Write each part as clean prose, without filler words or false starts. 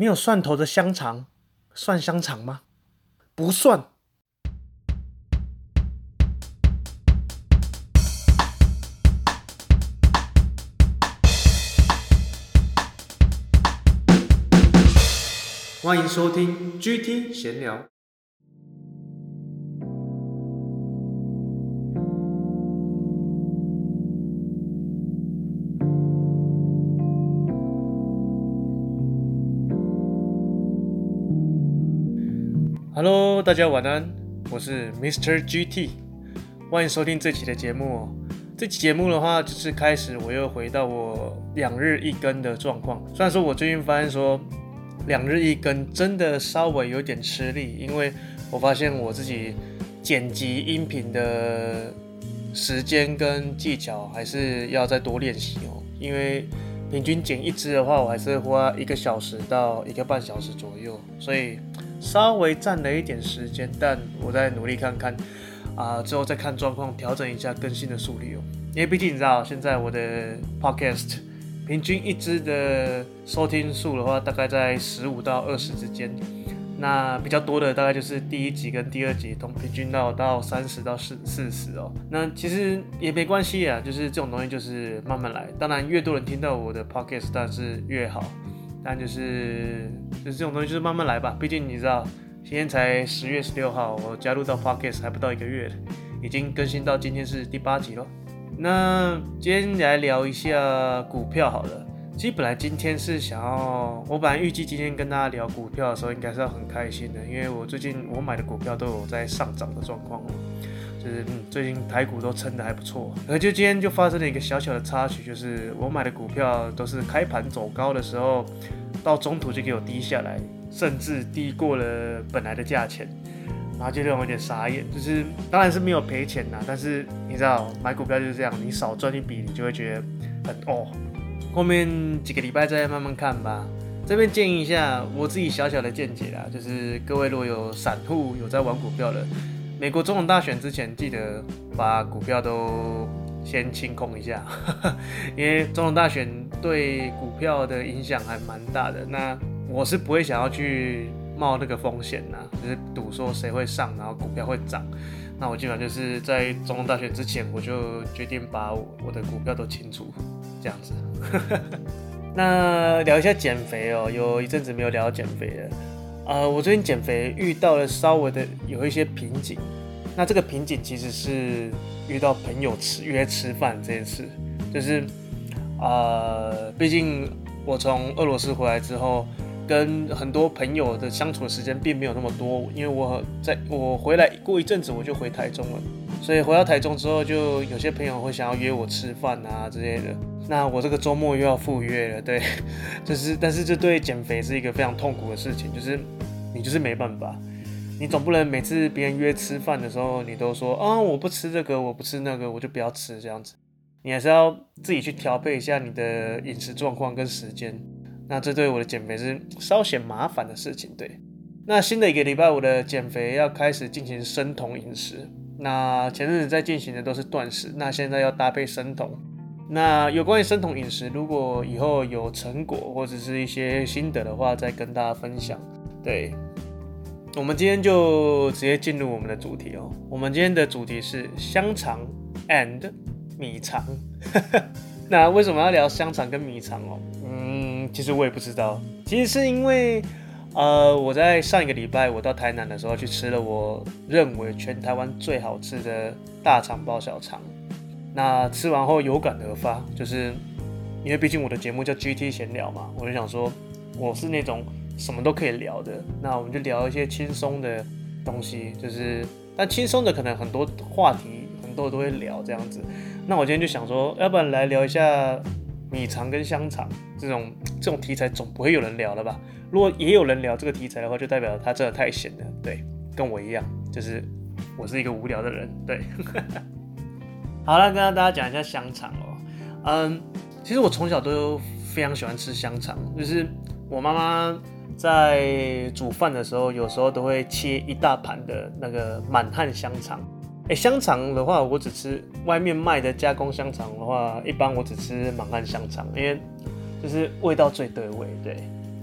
没有蒜头的香肠算香肠吗？不算。欢迎收听 GT 闲聊。Hello， 大家晚安，我是 Mr. GT， 欢迎收听这期的节目哦。这期节目的话，就是开始我又回到我2日一更的状况。虽然说我最近发现说2日一更真的稍微有点吃力，因为我发现我自己剪辑音频的时间跟技巧还是要再多练习哦。因为平均剪一支的话，我还是会花1个小时到1个半小时左右，所以稍微占了一点时间，但我再努力看看之后再看状况调整一下更新的速率哦。因为毕竟你知道，现在我的 podcast 平均一支的收听数的话，大概在15到20之间。那比较多的大概就是第1集跟第2集平均到30到40哦。那其实也没关系啊，就是这种东西就是慢慢来。当然越多人听到我的 podcast 当然是越好，但就是这种东西就是慢慢来吧。毕竟你知道，今天才10月16号，我加入到 podcast 还不到1个月了，已经更新到今天是第8集了。那今天来聊一下股票好了。其实本来今天是我本来预计今天跟大家聊股票的时候，应该是要很开心的，因为我最近我买的股票都有在上涨的状况哦，就是最近台股都撑得还不错。而就今天就发生了一个小小的插曲，就是我买的股票都是开盘走高的时候，到中途就给我低下来，甚至低过了本来的价钱。然后就让我有点傻眼，就是当然是没有赔钱啦，但是你知道买股票就是这样，你少赚一笔，你就会觉得很后面几个礼拜再慢慢看吧。这边建议一下我自己小小的见解啦，就是各位如果有散户有在玩股票的，美国总统大选之前记得把股票都先清空一下，因为总统大选对股票的影响还蛮大的。那我是不会想要去冒那个风险啦，就是赌说谁会上，然后股票会涨。那我基本上就是在总统大选之前，我就决定把我的股票都清除，这样子。那聊一下减肥哦，有一阵子没有聊到减肥了。我最近减肥遇到了稍微的有一些瓶颈。那这个瓶颈其实是遇到朋友约吃饭这件事，就是毕竟我从俄罗斯回来之后，跟很多朋友的相处的时间并没有那么多，因为我回来过一阵子我就回台中了，所以回到台中之后，就有些朋友会想要约我吃饭啊之类的。那我这个周末又要赴约了，对，但是这对减肥是一个非常痛苦的事情，就是你就是没办法，你总不能每次别人约吃饭的时候，你都说我不吃这个，我不吃那个，我就不要吃这样子。你还是要自己去调配一下你的饮食状况跟时间。那这对我的减肥是稍显麻烦的事情，对。那新的1个礼拜，我的减肥要开始进行生酮饮食。那前阵子在进行的都是断食，那现在要搭配生酮。那有关于生酮饮食，如果以后有成果或者是一些心得的话，再跟大家分享。对，我们今天就直接进入我们的主题哦。我们今天的主题是香肠 and 米肠。那为什么要聊香肠跟米肠哦？其实我也不知道。其实是因为我在上1个礼拜我到台南的时候去吃了我认为全台湾最好吃的大肠包小肠。那吃完后有感而发，就是因为毕竟我的节目叫 GT 闲聊嘛，我就想说我是那种什么都可以聊的，那我们就聊一些轻松的东西，但轻松的可能很多话题很多都会聊这样子。那我今天就想说，要不然来聊一下米肠跟香肠这种题材，总不会有人聊了吧？如果也有人聊这个题材的话，就代表他真的太闲了，对，跟我一样，就是我是一个无聊的人，对。好了，跟大家讲一下香肠哦。其实我从小都非常喜欢吃香肠，就是我妈妈在煮饭的时候，有时候都会切一大盘的那个满汉香肠。香肠的话，我只吃外面卖的加工香肠的话，一般我只吃满汉香肠，因为就是味道最对味，对。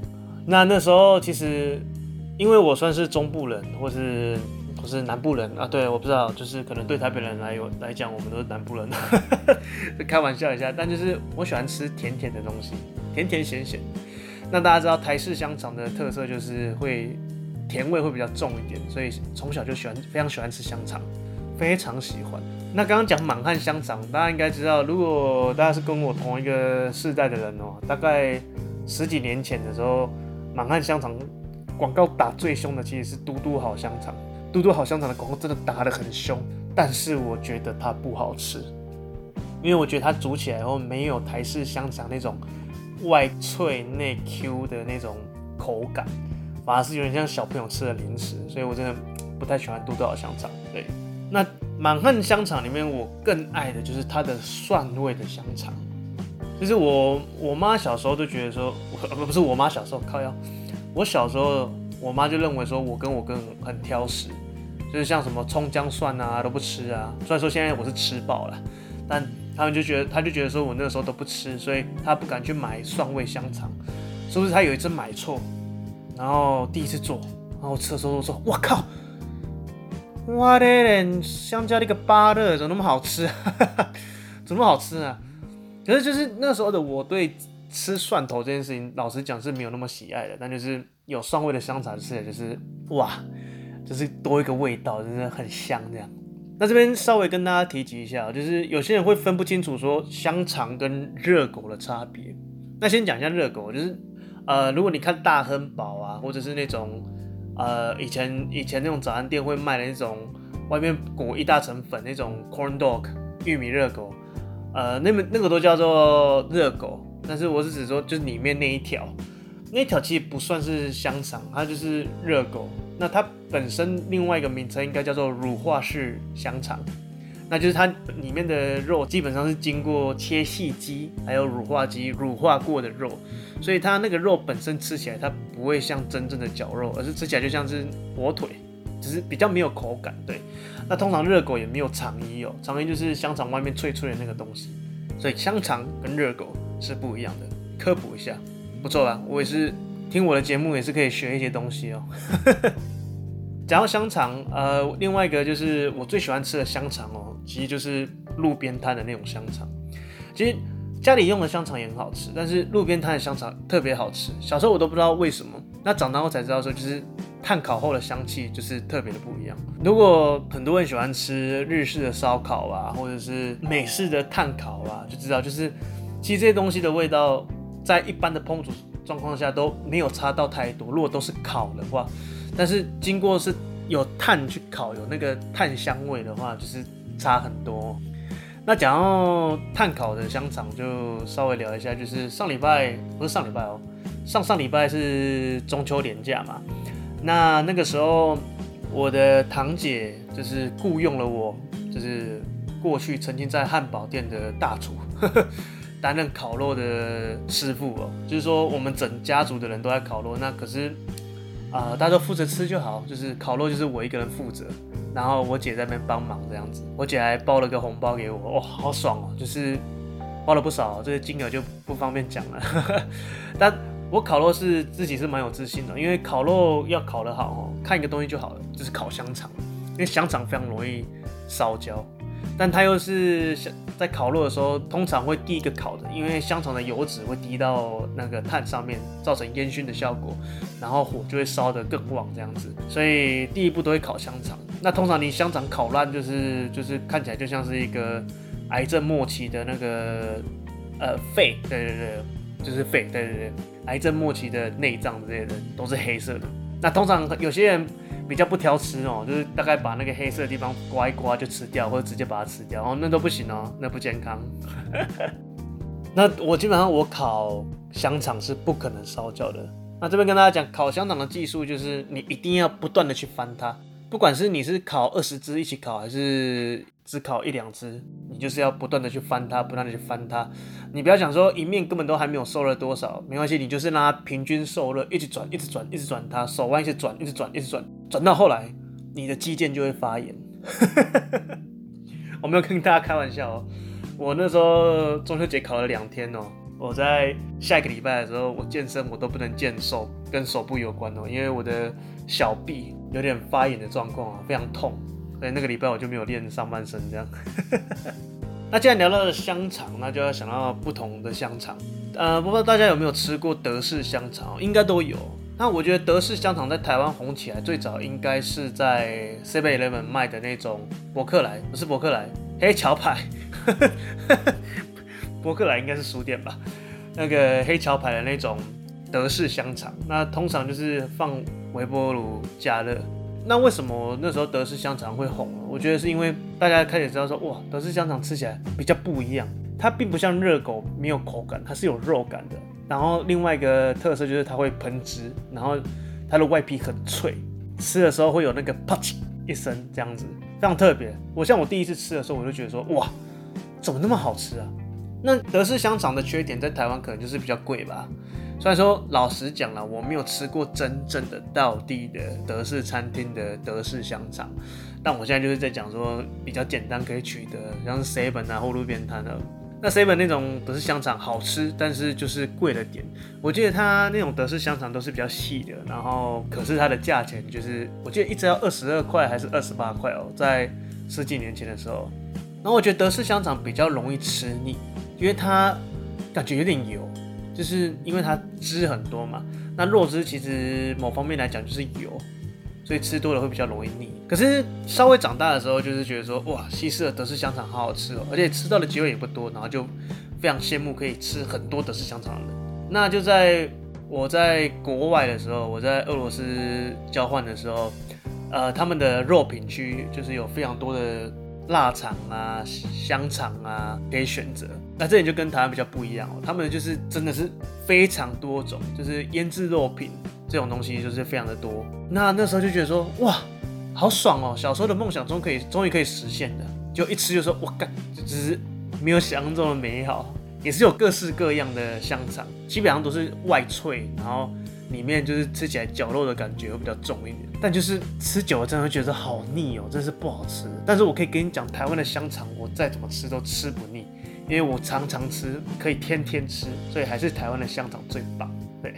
那时候其实因为我算是中部人，或是南部人啊，对，我不知道，就是可能对台北人来讲，我们都是南部人，开玩笑一下。但就是我喜欢吃甜甜的东西，甜甜咸咸。那大家知道台式香肠的特色就是甜味会比较重一点，所以从小就非常喜欢吃香肠，非常喜欢。那刚刚讲满汉香肠，大家应该知道，如果大家是跟我同一个世代的人大概10几年前的时候，满汉香肠广告打最凶的其实是嘟嘟好香肠。嘟嘟好香肠的广告真的打得很凶，但是我觉得它不好吃，因为我觉得它煮起来后没有台式香肠那种外脆内 Q 的那种口感，反而是有点像小朋友吃的零食，所以我真的不太喜欢嘟嘟好香肠。对，那满汉香肠里面我更爱的就是它的蒜味的香肠，就是我妈小时候就觉得说，不是我妈小时候靠腰，我小时候我妈就认为说我跟我哥很挑食，就是像什么葱姜蒜啊都不吃啊。虽然说现在我是吃饱了，但她就觉得说我那个时候都不吃，所以她不敢去买蒜味香肠。是不是她有一次买错，然后第一次做，然后我吃的时候说，我靠，我的脸香蕉那个芭乐怎么那么好吃？怎么好吃啊？可是就是那时候的我对吃蒜头这件事情，老实讲是没有那么喜爱的，但就是有蒜味的香肠吃起来就是哇，就是多一个味道，真的很香这样。那这边稍微跟大家提及一下，就是有些人会分不清楚说香肠跟热狗的差别。那先讲一下热狗，就是如果你看大亨堡啊，或者是那种以前那种早餐店会卖的那种外面裹一大层粉那种 corn dog 玉米热狗，那个都叫做热狗。但是我是指说，就是里面那一条其实不算是香肠，它就是热狗。那它本身另外一个名称应该叫做乳化式香肠，那就是它里面的肉基本上是经过切细机还有乳化机乳化过的肉，所以它那个肉本身吃起来它不会像真正的绞肉，而是吃起来就像是火腿，只是比较没有口感。对，那通常热狗也没有肠衣哦，肠衣就是香肠外面脆脆的那个东西，所以香肠跟热狗是不一样的，科普一下，不错吧？我也是听我的节目也是可以学一些东西哦。讲到香肠，另外一个就是我最喜欢吃的香肠哦，其实就是路边摊的那种香肠。其实家里用的香肠也很好吃，但是路边摊的香肠特别好吃。小时候我都不知道为什么，那长大后才知道说，就是炭烤后的香气就是特别的不一样。如果很多人喜欢吃日式的烧烤啊，或者是美式的炭烤啊，就知道就是其实这些东西的味道在一般的烹煮状况下都没有差到太多。如果都是烤的话，但是经过是有炭去烤，有那个炭香味的话，就是差很多。那讲到炭烤的香肠，就稍微聊一下，就是上礼拜哦，上礼拜是中秋连假嘛。那个时候，我的堂姐就是雇佣了我，就是过去曾经在汉堡店的大厨，担任烤肉的师傅哦。就是说，我们整家族的人都在烤肉，那可是大家都负责吃就好，就是烤肉就是我一个人负责，然后我姐在那边帮忙这样子。我姐还包了个红包给我，好爽哦，就是包了不少，这个金额就不方便讲了。但我烤肉是自己是蛮有自信的，因为烤肉要烤得好哦，看一个东西就好了，就是烤香肠，因为香肠非常容易烧焦，但它又是在烤肉的时候通常会第一个烤的，因为香肠的油脂会滴到那个炭上面，造成烟熏的效果，然后火就会烧得更旺这样子，所以第一步都会烤香肠。那通常你香肠烤烂就是看起来就像是一个癌症末期的那个肺，对，就是肺，对，癌症末期的内脏之类的都是黑色的。那通常有些人比较不挑吃哦，就是大概把那个黑色的地方刮一刮就吃掉，或者直接把它吃掉哦，那都不行哦，那不健康。那我基本上我烤香肠是不可能烧焦的。那这边跟大家讲，烤香肠的技术就是你一定要不断的去翻它，不管是你是烤20只一起烤，还是只烤1-2只，你就是要不断的去翻它，不断的去翻它。你不要想说一面根本都还没有受热多少，没关系，你就是让它平均受热，一直转，它手腕一直转，转到后来，你的肌腱就会发炎。我没有跟大家开玩笑哦，我那时候中秋节烤了2天哦。我在下一个礼拜的时候，我健身我都不能健瘦， 跟手部有关因为我的小臂有点发炎的状况非常痛，所以那个礼拜我就没有练上半身这样。那既然聊到了香肠，那就要想到不同的香肠。不知道大家有没有吃过德式香肠？应该都有。那我觉得德式香肠在台湾红起来最早应该是在 7-Eleven 卖的那种伯克莱，不是伯克莱，黑桥牌。伯克莱应该是书店吧？那个黑桥牌的那种德式香肠，那通常就是放微波炉加热。那为什么那时候德式香肠会红呢？我觉得是因为大家开始知道说，哇，德式香肠吃起来比较不一样，它并不像热狗没有口感，它是有肉感的。然后另外一个特色就是它会喷汁，然后它的外皮很脆，吃的时候会有那个啪叽一声这样子，非常特别。我第一次吃的时候，我就觉得说，哇，怎么那么好吃啊？那德式香肠的缺点在台湾可能就是比较贵吧。虽然说老实讲啦，我没有吃过真正的道地的德式餐厅的德式香肠，但我现在就是在讲说比较简单可以取得，像是 7或路边摊的。那 7那种德式香肠好吃，但是就是贵了点。我记得它那种德式香肠都是比较细的，然后可是它的价钱就是我记得一直要22块还是28块在10几年前的时候。然后我觉得德式香肠比较容易吃腻，因为它感觉有点油，就是因为它汁很多嘛。那肉汁其实某方面来讲就是油，所以吃多了会比较容易腻。可是稍微长大的时候，就是觉得说，哇，西式的德式香肠好好吃而且吃到的机会也不多，然后就非常羡慕可以吃很多德式香肠的人。那就在我在国外的时候，我在俄罗斯交换的时候，他们的肉品区就是有非常多的腊肠啊、香肠啊可以选择。那这点就跟台湾比较不一样他们就是真的是非常多种，就是腌制肉品这种东西就是非常的多。那时候就觉得说，哇，好爽小时候的梦想终于可以实现了。就一吃就说，哇干，就只是没有想象中的美好。也是有各式各样的香肠，基本上都是外脆，然后里面就是吃起来绞肉的感觉会比较重一点，但就是吃久了真的会觉得好腻真是不好吃。但是我可以跟你讲，台湾的香肠我再怎么吃都吃不腻，因为我常常吃，可以天天吃，所以还是台湾的香肠最棒。对，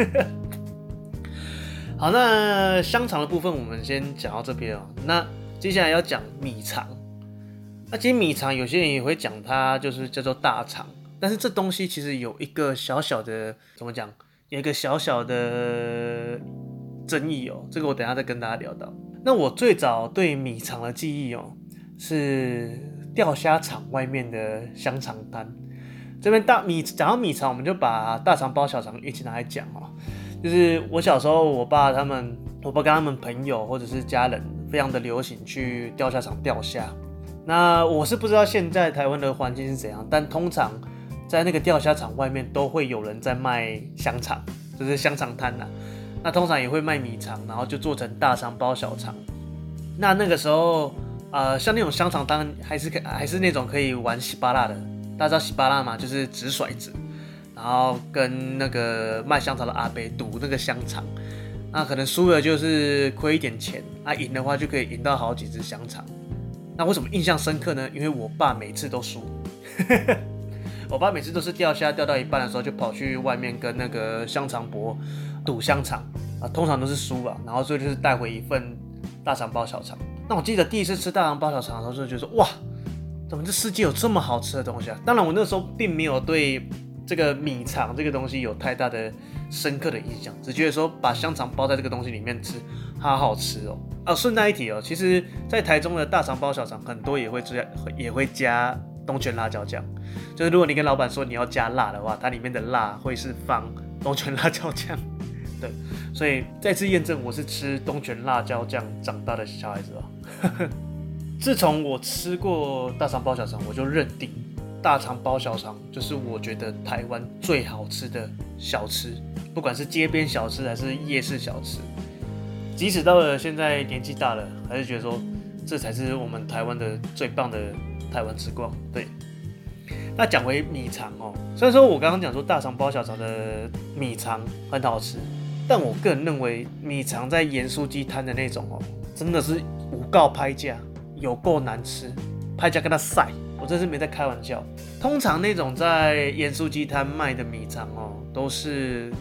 好，那香肠的部分我们先讲到这边那接下来要讲米肠。那其实米肠有些人也会讲它就是叫做大肠，但是这东西其实有一个小小的怎么讲？有一个小小的争议这个我等一下再跟大家聊到。那我最早对米肠的记忆是钓虾场外面的香肠摊。这边讲到米肠，我们就把大肠包小肠一起拿来讲就是我小时候，我爸跟他们朋友或者是家人非常的流行去钓虾场钓虾。那我是不知道现在台湾的环境是怎样，但通常在那个钓虾场外面都会有人在卖香肠，就是香肠摊那通常也会卖米肠，然后就做成大肠包小肠。那个时候像那种香肠摊还是那种可以玩洗巴辣的。大家知道洗巴辣吗？就是掷骰子，然后跟那个卖香肠的阿伯赌那个香肠。那可能输了就是亏一点钱，赢的话就可以赢到好几只香肠。那为什么印象深刻呢？因为我爸每次都输。我爸每次都是钓虾钓到一半的时候，就跑去外面跟那个香肠伯赌香肠通常都是输然后所以就是带回一份大肠包小肠。那我记得第一次吃大肠包小肠的时候，就觉得说，哇，怎么这世界有这么好吃的东西当然我那时候并没有对这个米肠这个东西有太大的深刻的印象，只觉得说把香肠包在这个东西里面吃，好好吃顺带一提其实在台中的大肠包小肠很多也会加东泉辣椒酱，就是如果你跟老板说你要加辣的话，它里面的辣会是放东泉辣椒酱。对，所以再次验证我是吃东泉辣椒酱长大的小孩子自从我吃过大肠包小肠，我就认定大肠包小肠就是我觉得台湾最好吃的小吃，不管是街边小吃还是夜市小吃。即使到了现在年纪大了，还是觉得说这才是我们台湾的最棒的台湾之光。对，那讲回米肠虽然说我刚刚讲说大肠包小肠的米肠很好吃，但我个人认为米肠在盐酥鸡摊的那种真的是有够拍价，有够难吃，拍价跟他晒，我真是没在开玩笑。通常那种在盐酥鸡摊卖的米肠都是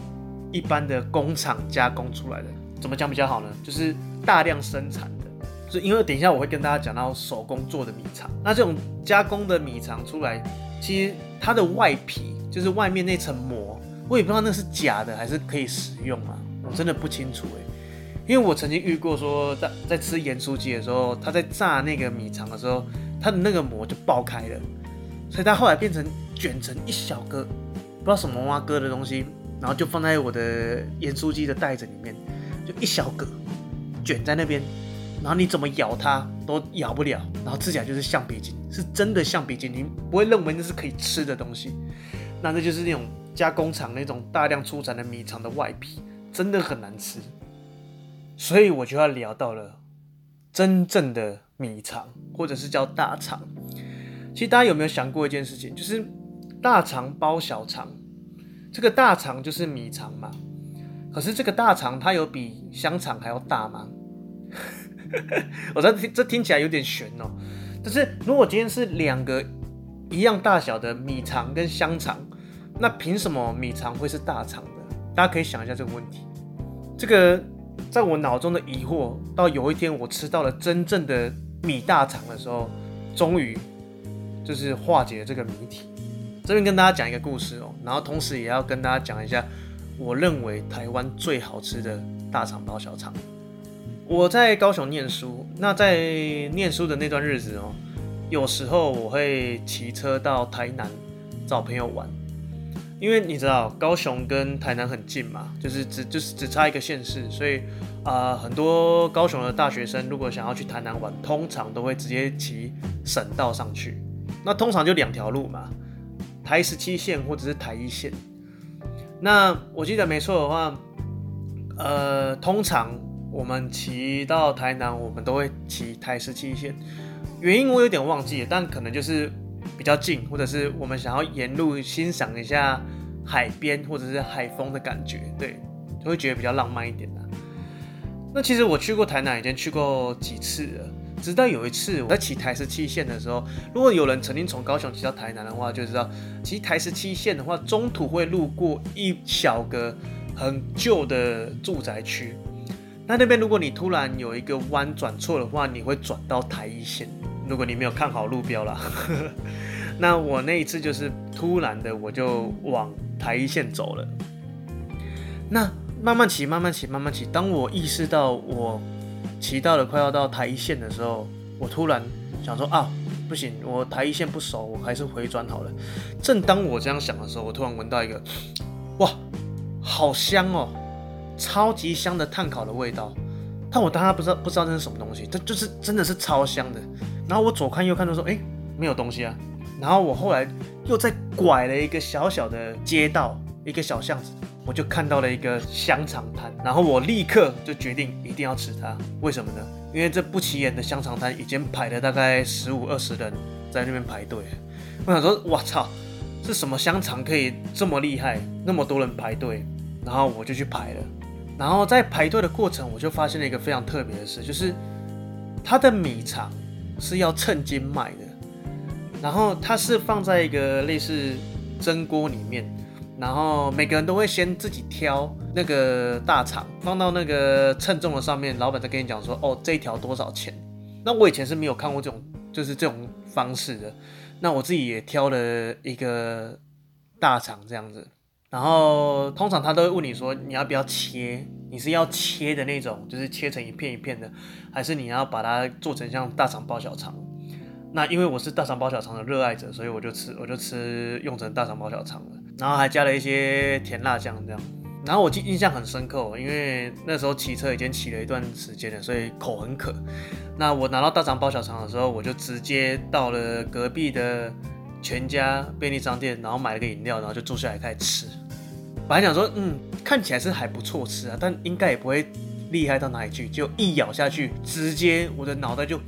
一般的工厂加工出来的。怎么讲比较好呢？就是大量生产的。就因为等一下我会跟大家讲到手工做的米肠，那这种加工的米肠出来，其实它的外皮就是外面那层膜，我也不知道那是假的还是可以食用啊，我真的不清楚因为我曾经遇过说在吃盐酥鸡的时候，他在炸那个米肠的时候，它的那个膜就爆开了，所以它后来变成卷成一小个不知道什么蛙哥的东西，然后就放在我的盐酥鸡的袋子里面，就一小个卷在那边。然后你怎么咬它都咬不了，然后吃起来就是橡皮筋，是真的橡皮筋，你不会认为那是可以吃的东西。那就是那种加工厂那种大量出产的米肠的外皮，真的很难吃。所以我就要聊到了真正的米肠，或者是叫大肠。其实大家有没有想过一件事情，就是大肠包小肠，这个大肠就是米肠嘛，可是这个大肠它有比香肠还要大吗？我知道这听起来有点悬哦，但是如果今天是两个一样大小的米肠跟香肠，那凭什么米肠会是大肠的？大家可以想一下这个问题。这个在我脑中的疑惑，到有一天我吃到了真正的米大肠的时候，终于就是化解了这个谜题。这边跟大家讲一个故事哦，然后同时也要跟大家讲一下我认为台湾最好吃的大肠包小肠。我在高雄念书，那在念书的那段日子哦，有时候我会骑车到台南找朋友玩，因为你知道高雄跟台南很近嘛，就是只差一个县市，所以很多高雄的大学生如果想要去台南玩，通常都会直接骑省道上去。那通常就2条路嘛，台17线或者是台1线。那我记得没错的话，通常我们骑到台南，我们都会骑台17线，原因我有点忘记了，但可能就是比较近，或者是我们想要沿路欣赏一下海边或者是海风的感觉，对，就会觉得比较浪漫一点啦。那其实我去过台南，已经去过几次了，直到有一次我在骑台17线的时候，如果有人曾经从高雄骑到台南的话，就知道骑台17线的话，中途会路过一小个很旧的住宅区。那边如果你突然有一个弯转错的话，你会转到台1线。如果你没有看好路标啦，那我那一次就是突然的我就往台1线走了。那慢慢骑，当我意识到我骑到了快要到台1线的时候，我突然想说不行，我台1线不熟，我还是回转好了。正当我这样想的时候，我突然闻到一个哇，好香哦！超级香的炭烤的味道，但我当时不知道这是什么东西，这就是真的是超香的。然后我左看右看都说，没有东西啊。然后我后来又再拐了一个小小的街道，一个小巷子，我就看到了一个香肠摊，然后我立刻就决定一定要吃它。为什么呢？因为这不起眼的香肠摊已经排了大概15-20人在那边排队。我想说，哇操，是什么香肠可以这么厉害，那么多人排队？然后我就去排了。然后在排队的过程，我就发现了一个非常特别的事，就是它的米肠是要称斤卖的，然后它是放在一个类似蒸锅里面，然后每个人都会先自己挑那个大肠，放到那个称重的上面，老板再跟你讲说，这一条多少钱。那我以前是没有看过这种方式的，那我自己也挑了一个大肠这样子。然后通常他都会问你说你要不要切，你是要切的那种，就是切成一片一片的，还是你要把它做成像大肠包小肠。那因为我是大肠包小肠的热爱者，所以我就吃用成大肠包小肠了，然后还加了一些甜辣酱这样。然后我印象很深刻因为那时候骑车已经骑了一段时间了，所以口很渴。那我拿到大肠包小肠的时候，我就直接到了隔壁的全家便利商店，然后买了个饮料，然后就坐下来开始吃。本来想说，看起来是还不错吃啊，但应该也不会厉害到哪里去。就一咬下去，直接我的脑袋就，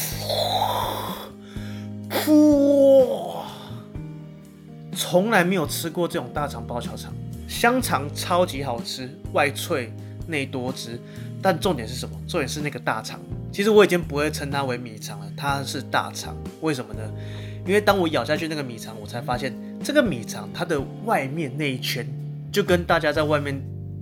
从来没有吃过这种大肠包小肠。香肠超级好吃，外脆内多汁，但重点是什么？重点是那个大肠。其实我已经不会称它为米肠了，它是大肠。为什么呢？因为当我咬下去那个米肠，我才发现这个米肠它的外面那一圈就跟大家在外面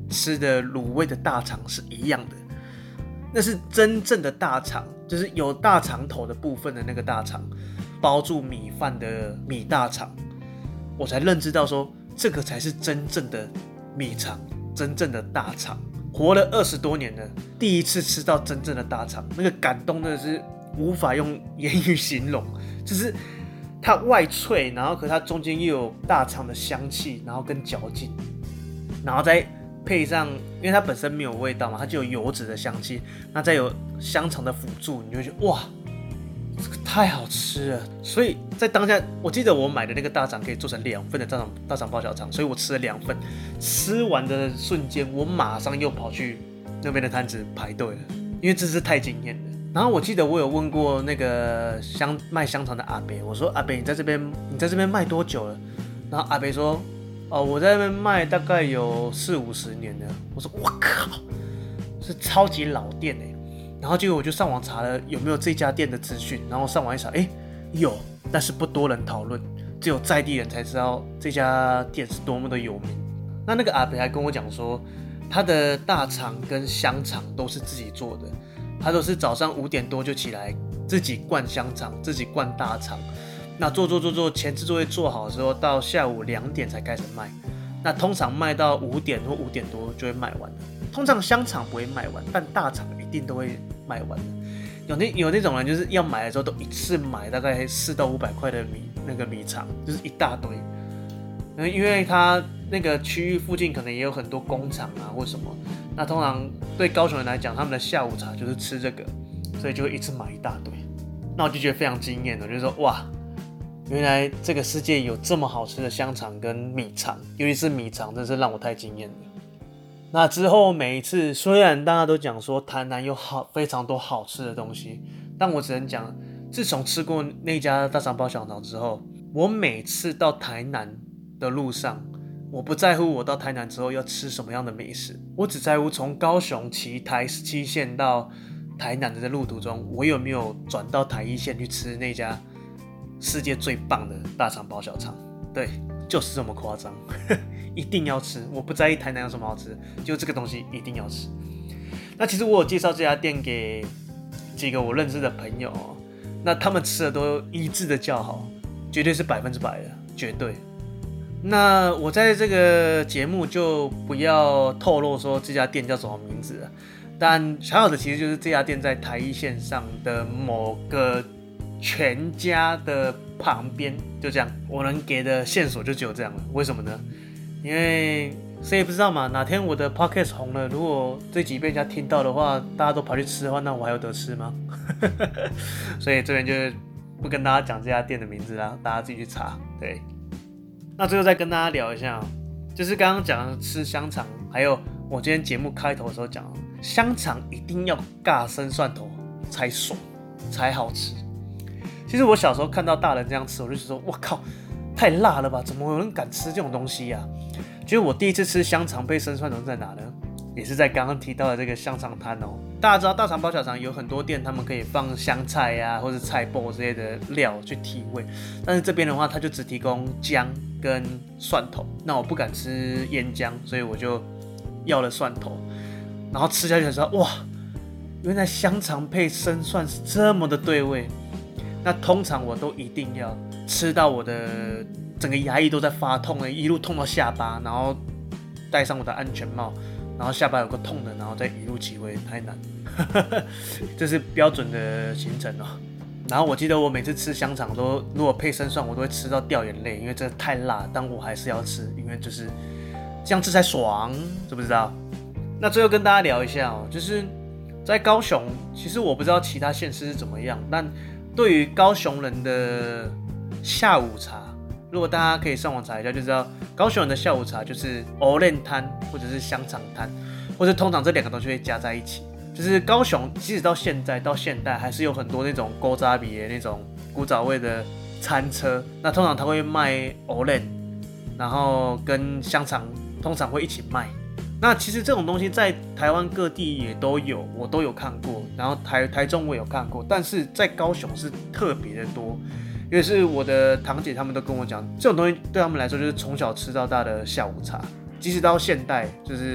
吃的卤味的大肠是一样的，那是真正的大肠，就是有大肠头的部分的那个大肠，包住米饭的米大肠，我才认知到说这个才是真正的米肠，真正的大肠。活了20多年了，第一次吃到真正的大肠，那个感动真的是无法用言语形容，就是它外脆，然后可是它中间又有大肠的香气，然后跟嚼劲，然后再配上，因为它本身没有味道嘛，它就有油脂的香气，那再有香肠的辅助，你就会觉得哇，这个太好吃了。所以在当下，我记得我买的那个大肠可以做成2份的大肠包小肠，所以我吃了2份。吃完的瞬间，我马上又跑去那边的摊子排队了，因为真是太惊艳了。然后我记得我有问过那个卖香肠的阿伯，我说阿伯你在这边卖多久了？然后阿伯说我在那边卖大概有40-50年了。我说我靠，是超级老店欸。然后结果我就上网查了有没有这家店的资讯，然后上网一查，有，但是不多人讨论，只有在地人才知道这家店是多么的有名。那个阿伯还跟我讲说，他的大肠跟香肠都是自己做的，他都是早上5点多就起来自己灌香肠，自己灌大肠，那做前置作业做好之后，到下午2点才开始卖。那通常卖到5点或5点多就会卖完了。通常香肠不会卖完，但大肠一定都会卖完的。有那种人就是要买的时候都一次买大概400到500块的米肠，就是一大堆。因为他那个区域附近可能也有很多工厂啊或什么，那通常对高雄人来讲，他们的下午茶就是吃这个，所以就会一次买一大堆。那我就觉得非常惊艳的，就是说哇，原来这个世界有这么好吃的香肠跟米肠，尤其是米肠，真是让我太惊艳了。那之后每一次，虽然大家都讲说台南有非常多好吃的东西，但我只能讲，自从吃过那家大肠包小肠之后，我每次到台南的路上，我不在乎我到台南之后要吃什么样的美食，我只在乎从高雄骑台17线到台南的路途中，我有没有转到台1线去吃那家世界最棒的大肠包小肠。对，就是这么夸张。一定要吃，我不在意台南有什么好吃，就这个东西一定要吃。那其实我有介绍这家店给几个我认识的朋友，那他们吃的都一致的叫好，绝对是100%的，绝对。那我在这个节目就不要透露说这家店叫什么名字了，但小小的其实就是这家店在台1线上的某个全家的旁边，就这样。我能给的线索就只有这样了。为什么呢？因为谁也不知道嘛，哪天我的 podcast 红了，如果这集被人家听到的话，大家都跑去吃的话，那我还有得吃吗？所以这边就不跟大家讲这家店的名字啦，大家自己去查。对，那最后再跟大家聊一下，就是刚刚讲的吃香肠，还有我今天节目开头的时候讲，香肠一定要尬生蒜头才爽，才好吃。其实我小时候看到大人这样吃，我就觉得我靠，太辣了吧？怎么有人敢吃这种东西啊？就是我第一次吃香肠配生蒜头在哪呢？也是在刚刚提到的这个香肠摊哦。大家知道大肠包小肠有很多店，他们可以放香菜啊，或者菜脯之类的料去提味，但是这边的话，它就只提供姜跟蒜头。那我不敢吃腌姜，所以我就要了蒜头，然后吃下去的时候，哇，原来香肠配生蒜是这么的对味。那通常我都一定要吃到我的整个牙龈都在发痛了，一路痛到下巴，然后戴上我的安全帽，然后下巴有个痛的，然后再一路骑回台南，这是标准的行程哦。然后我记得我每次吃香肠都，如果配生蒜，我都会吃到掉眼泪，因为真的太辣，但我还是要吃，因为就是这样吃才爽，知不知道？那最后跟大家聊一下哦，就是在高雄，其实我不知道其他县市是怎么样，但对于高雄人的下午茶，如果大家可以上网查一下，就知道高雄人的下午茶就是蚵仔摊或者是香肠摊，或者通常这2个东西会加在一起。就是高雄即使到现在到现代，还是有很多那种古早味的那种古早味的餐车，那通常他会卖蚵仔，然后跟香肠通常会一起卖。那其实这种东西在台湾各地也都有，我都有看过，然后台中我也有看过，但是在高雄是特别的多，因为是我的堂姐他们都跟我讲，这种东西对他们来说就是从小吃到大的下午茶，即使到现代，就是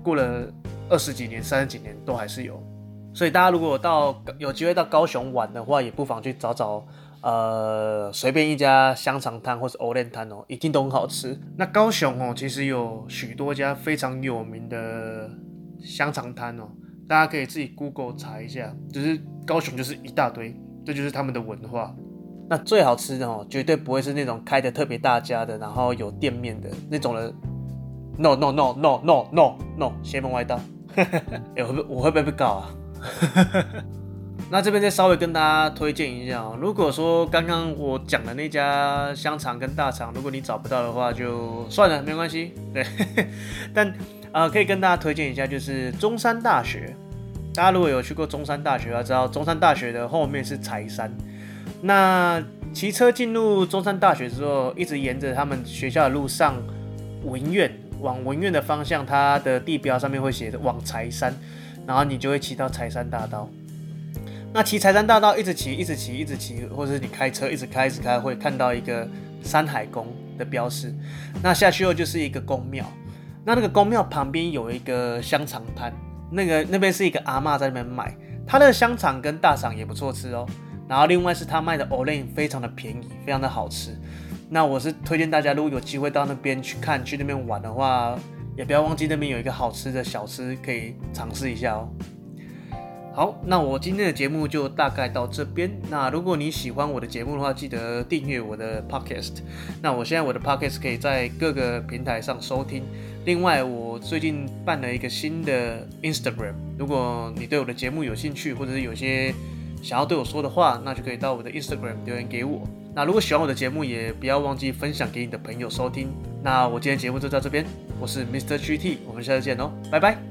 过了20几年、30几年都还是有。所以大家如果有机会到高雄玩的话，也不妨去找找随便一家香肠摊或是藕链摊哦，一定都很好吃。那高雄哦，其实有许多家非常有名的香肠摊哦，大家可以自己 Google 查一下，就是高雄就是一大堆，这就是他们的文化。那最好吃的哦，绝对不会是那种开的特别大家的，然后有店面的那种的。No no no no no no no， 邪门歪道。我会不会被告啊？那这边再稍微跟大家推荐一下哦。如果说刚刚我讲的那家香肠跟大肠，如果你找不到的话，就算了，没关系。对，但可以跟大家推荐一下，就是中山大学。大家如果有去过中山大学，要知道中山大学的后面是柴山。那骑车进入中山大学之后，一直沿着他们学校的路上文苑，往文苑的方向，它的地标上面会写着往柴山，然后你就会骑到柴山大道。那骑柴山大道一直骑，或者是你开车一直开，会看到一个山海宫的标识。那下去后就是一个宫庙，那个宫庙旁边有一个香肠摊，那边是一个阿嬷在那边卖，她的香肠跟大肠也不错吃哦。然后另外是他卖的藕链非常的便宜，非常的好吃。那我是推荐大家，如果有机会到那边去那边玩的话，也不要忘记那边有一个好吃的小吃可以尝试一下哦。好，那我今天的节目就大概到这边。那如果你喜欢我的节目的话，记得订阅我的 podcast。那我的 podcast 可以在各个平台上收听。另外，我最近办了一个新的 Instagram， 如果你对我的节目有兴趣，或者是有些想要对我说的话，那就可以到我的 Instagram 留言给我。那如果喜欢我的节目，也不要忘记分享给你的朋友收听。那我今天的节目就到这边，我是 Mr. GT， 我们下次见哦，拜拜。